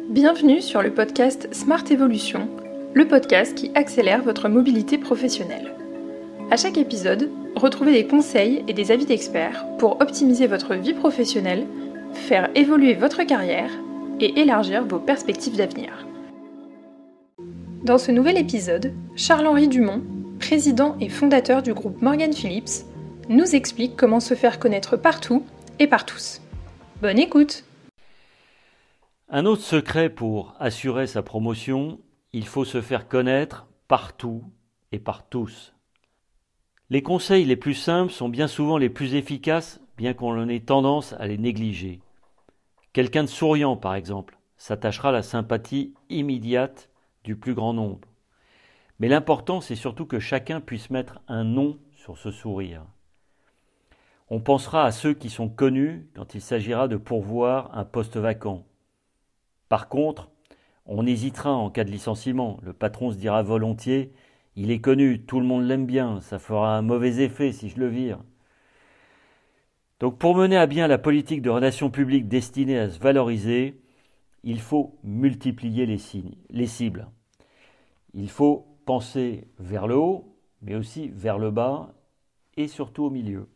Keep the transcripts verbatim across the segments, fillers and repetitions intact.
Bienvenue sur le podcast Smart Evolution, le podcast qui accélère votre mobilité professionnelle. À chaque épisode, retrouvez des conseils et des avis d'experts pour optimiser votre vie professionnelle, faire évoluer votre carrière et élargir vos perspectives d'avenir. Dans ce nouvel épisode, Charles-Henri Dumont, président et fondateur du groupe Morgan Phillips, nous explique comment se faire connaître partout et par tous. Bonne écoute! Un autre secret pour assurer sa promotion, il faut se faire connaître partout et par tous. Les conseils les plus simples sont bien souvent les plus efficaces, bien qu'on ait tendance à les négliger. Quelqu'un de souriant, par exemple, s'attachera à la sympathie immédiate du plus grand nombre. Mais l'important, c'est surtout que chacun puisse mettre un nom sur ce sourire. On pensera à ceux qui sont connus quand il s'agira de pourvoir un poste vacant. Par contre, on hésitera en cas de licenciement. Le patron se dira volontiers « il est connu, tout le monde l'aime bien, ça fera un mauvais effet si je le vire ». Donc pour mener à bien la politique de relations publiques destinée à se valoriser, il faut multiplier les signes, les cibles. Il faut penser vers le haut, mais aussi vers le bas et surtout au milieu.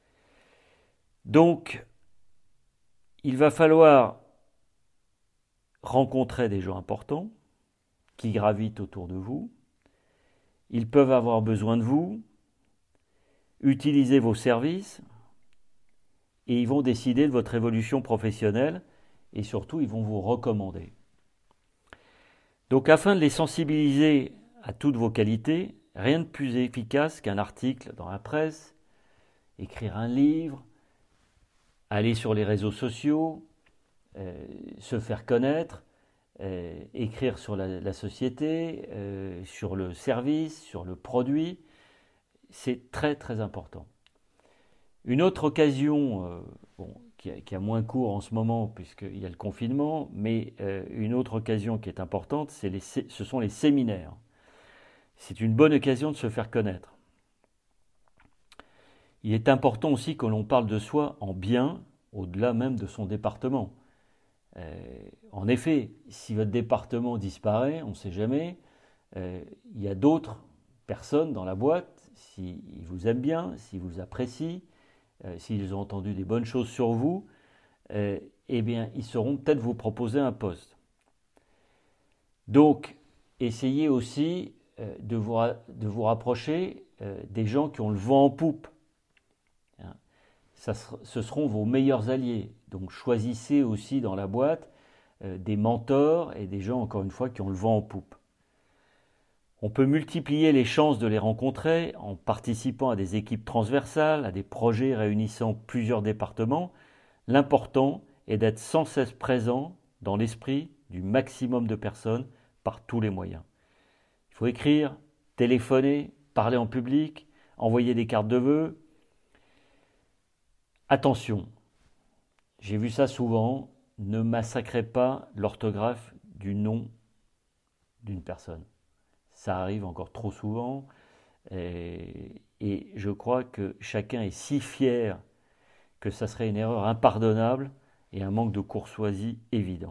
Donc, il va falloir rencontrer des gens importants qui gravitent autour de vous. Ils peuvent avoir besoin de vous, utiliser vos services et ils vont décider de votre évolution professionnelle et surtout, ils vont vous recommander. Donc, afin de les sensibiliser à toutes vos qualités, rien de plus efficace qu'un article dans la presse, écrire un livre, aller sur les réseaux sociaux, euh, se faire connaître, euh, écrire sur la, la société, euh, sur le service, sur le produit. C'est très très important. Une autre occasion, euh, bon, qui, a, qui a moins cours en ce moment puisqu'il y a le confinement, mais euh, une autre occasion qui est importante, c'est les, ce sont les séminaires. C'est une bonne occasion de se faire connaître. Il est important aussi que l'on parle de soi en bien, au-delà même de son département. Euh, en effet, si votre département disparaît, on ne sait jamais, euh, il y a d'autres personnes dans la boîte, s'ils vous aiment bien, s'ils vous apprécient, euh, s'ils ont entendu des bonnes choses sur vous, euh, eh bien, ils sauront peut-être vous proposer un poste. Donc, essayez aussi euh, de, vous, de vous rapprocher euh, des gens qui ont le vent en poupe. Hein. Ça, ce seront vos meilleurs alliés. Donc, choisissez aussi dans la boîte euh, des mentors et des gens, encore une fois, qui ont le vent en poupe. On peut multiplier les chances de les rencontrer en participant à des équipes transversales, à des projets réunissant plusieurs départements. L'important est d'être sans cesse présent dans l'esprit du maximum de personnes par tous les moyens. Il faut écrire, téléphoner, parler en public, envoyer des cartes de vœux. Attention, j'ai vu ça souvent, ne massacrez pas l'orthographe du nom d'une personne. Ça arrive encore trop souvent et, et je crois que chacun est si fier que ça serait une erreur impardonnable et un manque de courtoisie évident.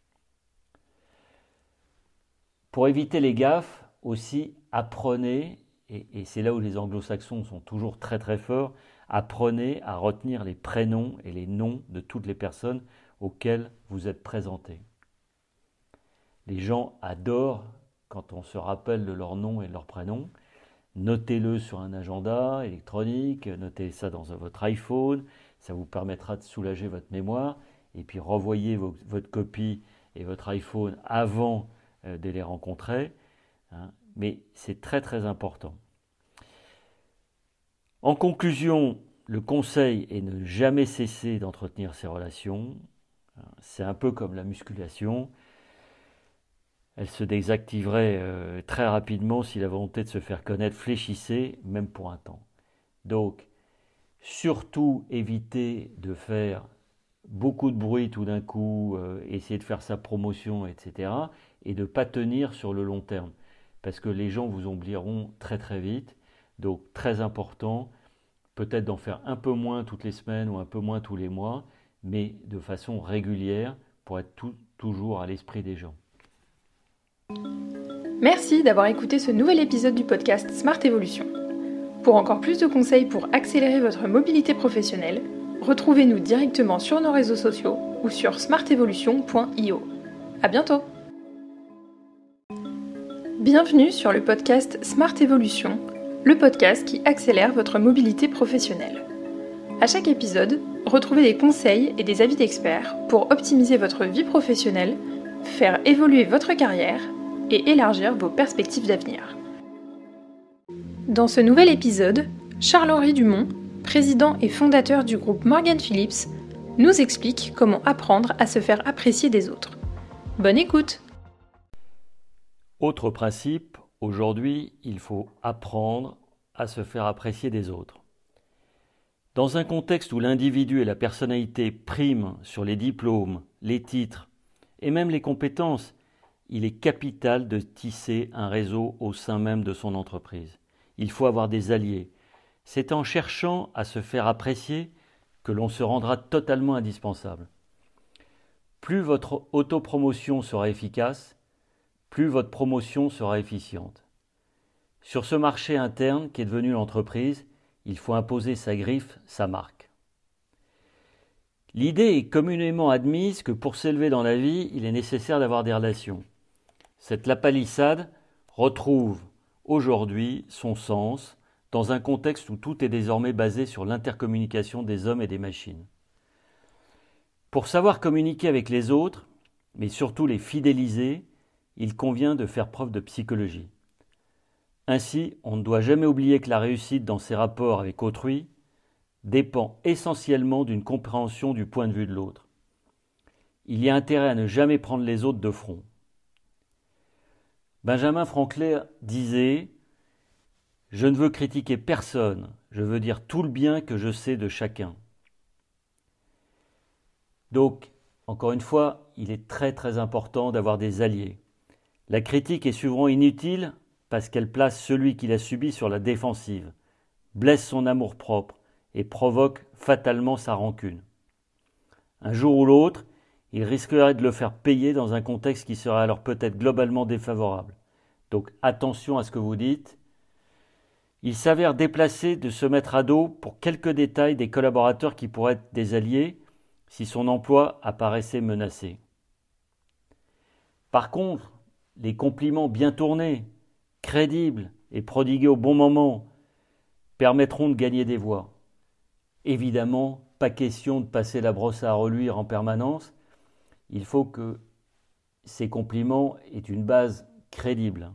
Pour éviter les gaffes, aussi apprenez, et, et c'est là où les anglo-saxons sont toujours très très forts, apprenez à retenir les prénoms et les noms de toutes les personnes auxquelles vous êtes présentés. Les gens adorent quand on se rappelle de leur nom et de leur prénom. Notez-le sur un agenda électronique, notez ça dans votre iPhone, ça vous permettra de soulager votre mémoire et puis revoyez vos, votre copie et votre iPhone avant euh, de les rencontrer. Hein, mais c'est très très important. En conclusion, le conseil est ne jamais cesser d'entretenir ses relations. C'est un peu comme la musculation. Elle se désactiverait euh, très rapidement si la volonté de se faire connaître fléchissait, même pour un temps. Donc, surtout éviter de faire beaucoup de bruit tout d'un coup, euh, essayer de faire sa promotion, et cetera. Et de ne pas tenir sur le long terme. Parce que les gens vous oublieront très très vite. Donc, très important, peut-être d'en faire un peu moins toutes les semaines ou un peu moins tous les mois, mais de façon régulière pour être tout, toujours à l'esprit des gens. Merci d'avoir écouté ce nouvel épisode du podcast Smart Evolution. Pour encore plus de conseils pour accélérer votre mobilité professionnelle, retrouvez-nous directement sur nos réseaux sociaux ou sur smart evolution point io. À bientôt! Bienvenue sur le podcast Smart Evolution, le podcast qui accélère votre mobilité professionnelle. À chaque épisode, retrouvez des conseils et des avis d'experts pour optimiser votre vie professionnelle, faire évoluer votre carrière et élargir vos perspectives d'avenir. Dans ce nouvel épisode, Charles-Henri Dumont, président et fondateur du groupe Morgan Phillips, nous explique comment apprendre à se faire apprécier des autres. Bonne écoute! Autre principe, aujourd'hui, il faut apprendre à se faire apprécier des autres. Dans un contexte où l'individu et la personnalité priment sur les diplômes, les titres et même les compétences, il est capital de tisser un réseau au sein même de son entreprise. Il faut avoir des alliés. C'est en cherchant à se faire apprécier que l'on se rendra totalement indispensable. Plus votre autopromotion sera efficace, plus votre promotion sera efficiente. Sur ce marché interne qui est devenu l'entreprise, il faut imposer sa griffe, sa marque. L'idée est communément admise que pour s'élever dans la vie, il est nécessaire d'avoir des relations. Cette lapalissade retrouve aujourd'hui son sens dans un contexte où tout est désormais basé sur l'intercommunication des hommes et des machines. Pour savoir communiquer avec les autres, mais surtout les fidéliser, il convient de faire preuve de psychologie. Ainsi, on ne doit jamais oublier que la réussite dans ses rapports avec autrui dépend essentiellement d'une compréhension du point de vue de l'autre. Il y a intérêt à ne jamais prendre les autres de front. Benjamin Franklin disait « Je ne veux critiquer personne, je veux dire tout le bien que je sais de chacun. » Donc, encore une fois, il est très très important d'avoir des alliés. La critique est souvent inutile parce qu'elle place celui qui l'a subie sur la défensive, blesse son amour-propre et provoque fatalement sa rancune. Un jour ou l'autre, il risquerait de le faire payer dans un contexte qui serait alors peut-être globalement défavorable. Donc attention à ce que vous dites. Il s'avère déplacé de se mettre à dos pour quelques détails des collaborateurs qui pourraient être des alliés si son emploi apparaissait menacé. Par contre, les compliments bien tournés, crédibles et prodigués au bon moment permettront de gagner des voix. Évidemment, pas question de passer la brosse à reluire en permanence. Il faut que ces compliments aient une base crédible.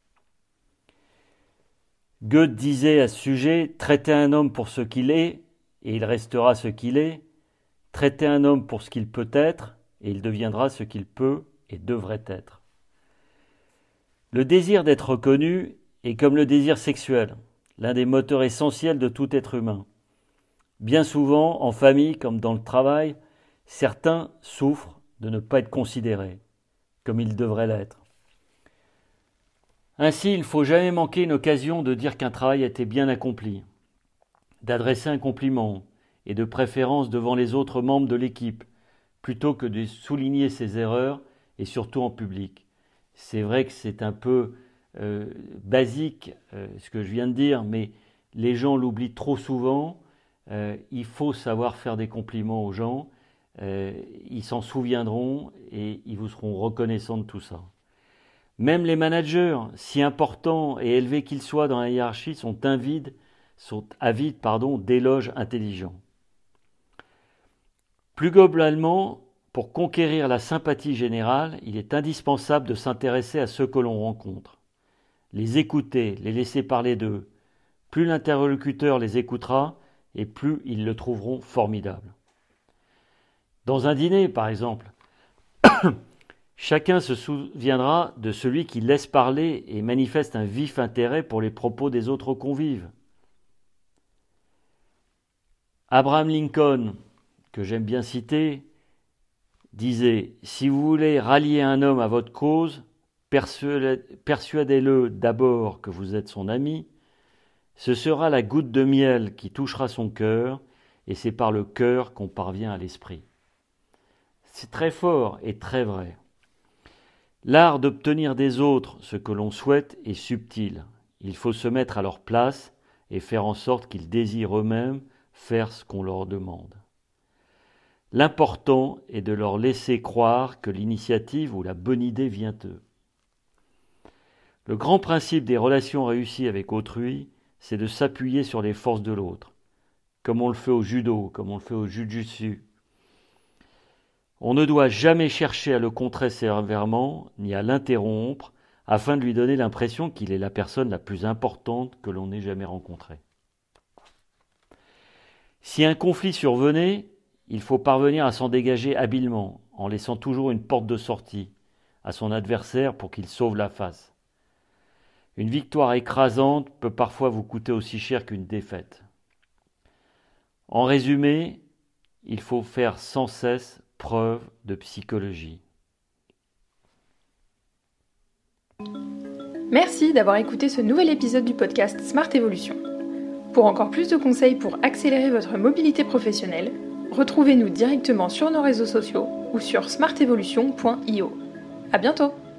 Goethe disait à ce sujet « Traitez un homme pour ce qu'il est, et il restera ce qu'il est. Traitez un homme pour ce qu'il peut être, et il deviendra ce qu'il peut et devrait être. » Le désir d'être reconnu est comme le désir sexuel, l'un des moteurs essentiels de tout être humain. Bien souvent, en famille comme dans le travail, certains souffrent de ne pas être considérés comme ils devraient l'être. Ainsi, il ne faut jamais manquer une occasion de dire qu'un travail a été bien accompli, d'adresser un compliment et de préférence devant les autres membres de l'équipe, plutôt que de souligner ses erreurs et surtout en public. C'est vrai que c'est un peu euh, basique euh, ce que je viens de dire, mais les gens l'oublient trop souvent. Euh, il faut savoir faire des compliments aux gens, euh, ils s'en souviendront et ils vous seront reconnaissants de tout ça. Même les managers, si importants et élevés qu'ils soient dans la hiérarchie, sont avides, sont avides pardon, d'éloges intelligents. Plus globalement, pour conquérir la sympathie générale, il est indispensable de s'intéresser à ceux que l'on rencontre. Les écouter, les laisser parler d'eux. Plus l'interlocuteur les écoutera, et plus ils le trouveront formidable. Dans un dîner, par exemple, chacun se souviendra de celui qui laisse parler et manifeste un vif intérêt pour les propos des autres convives. Abraham Lincoln, que j'aime bien citer, disait « Si vous voulez rallier un homme à votre cause, persuadez-le d'abord que vous êtes son ami, ce sera la goutte de miel qui touchera son cœur, et c'est par le cœur qu'on parvient à l'esprit. » C'est très fort et très vrai. L'art d'obtenir des autres ce que l'on souhaite est subtil. Il faut se mettre à leur place et faire en sorte qu'ils désirent eux-mêmes faire ce qu'on leur demande. L'important est de leur laisser croire que l'initiative ou la bonne idée vient d'eux. Le grand principe des relations réussies avec autrui, c'est de s'appuyer sur les forces de l'autre, comme on le fait au judo, comme on le fait au jujutsu. On ne doit jamais chercher à le contrer sévèrement, ni à l'interrompre, afin de lui donner l'impression qu'il est la personne la plus importante que l'on ait jamais rencontrée. Si un conflit survenait, il faut parvenir à s'en dégager habilement, en laissant toujours une porte de sortie à son adversaire pour qu'il sauve la face. Une victoire écrasante peut parfois vous coûter aussi cher qu'une défaite. En résumé, il faut faire sans cesse preuve de psychologie. Merci d'avoir écouté ce nouvel épisode du podcast Smart Evolution. Pour encore plus de conseils pour accélérer votre mobilité professionnelle, retrouvez-nous directement sur nos réseaux sociaux ou sur smart evolution point io. À bientôt!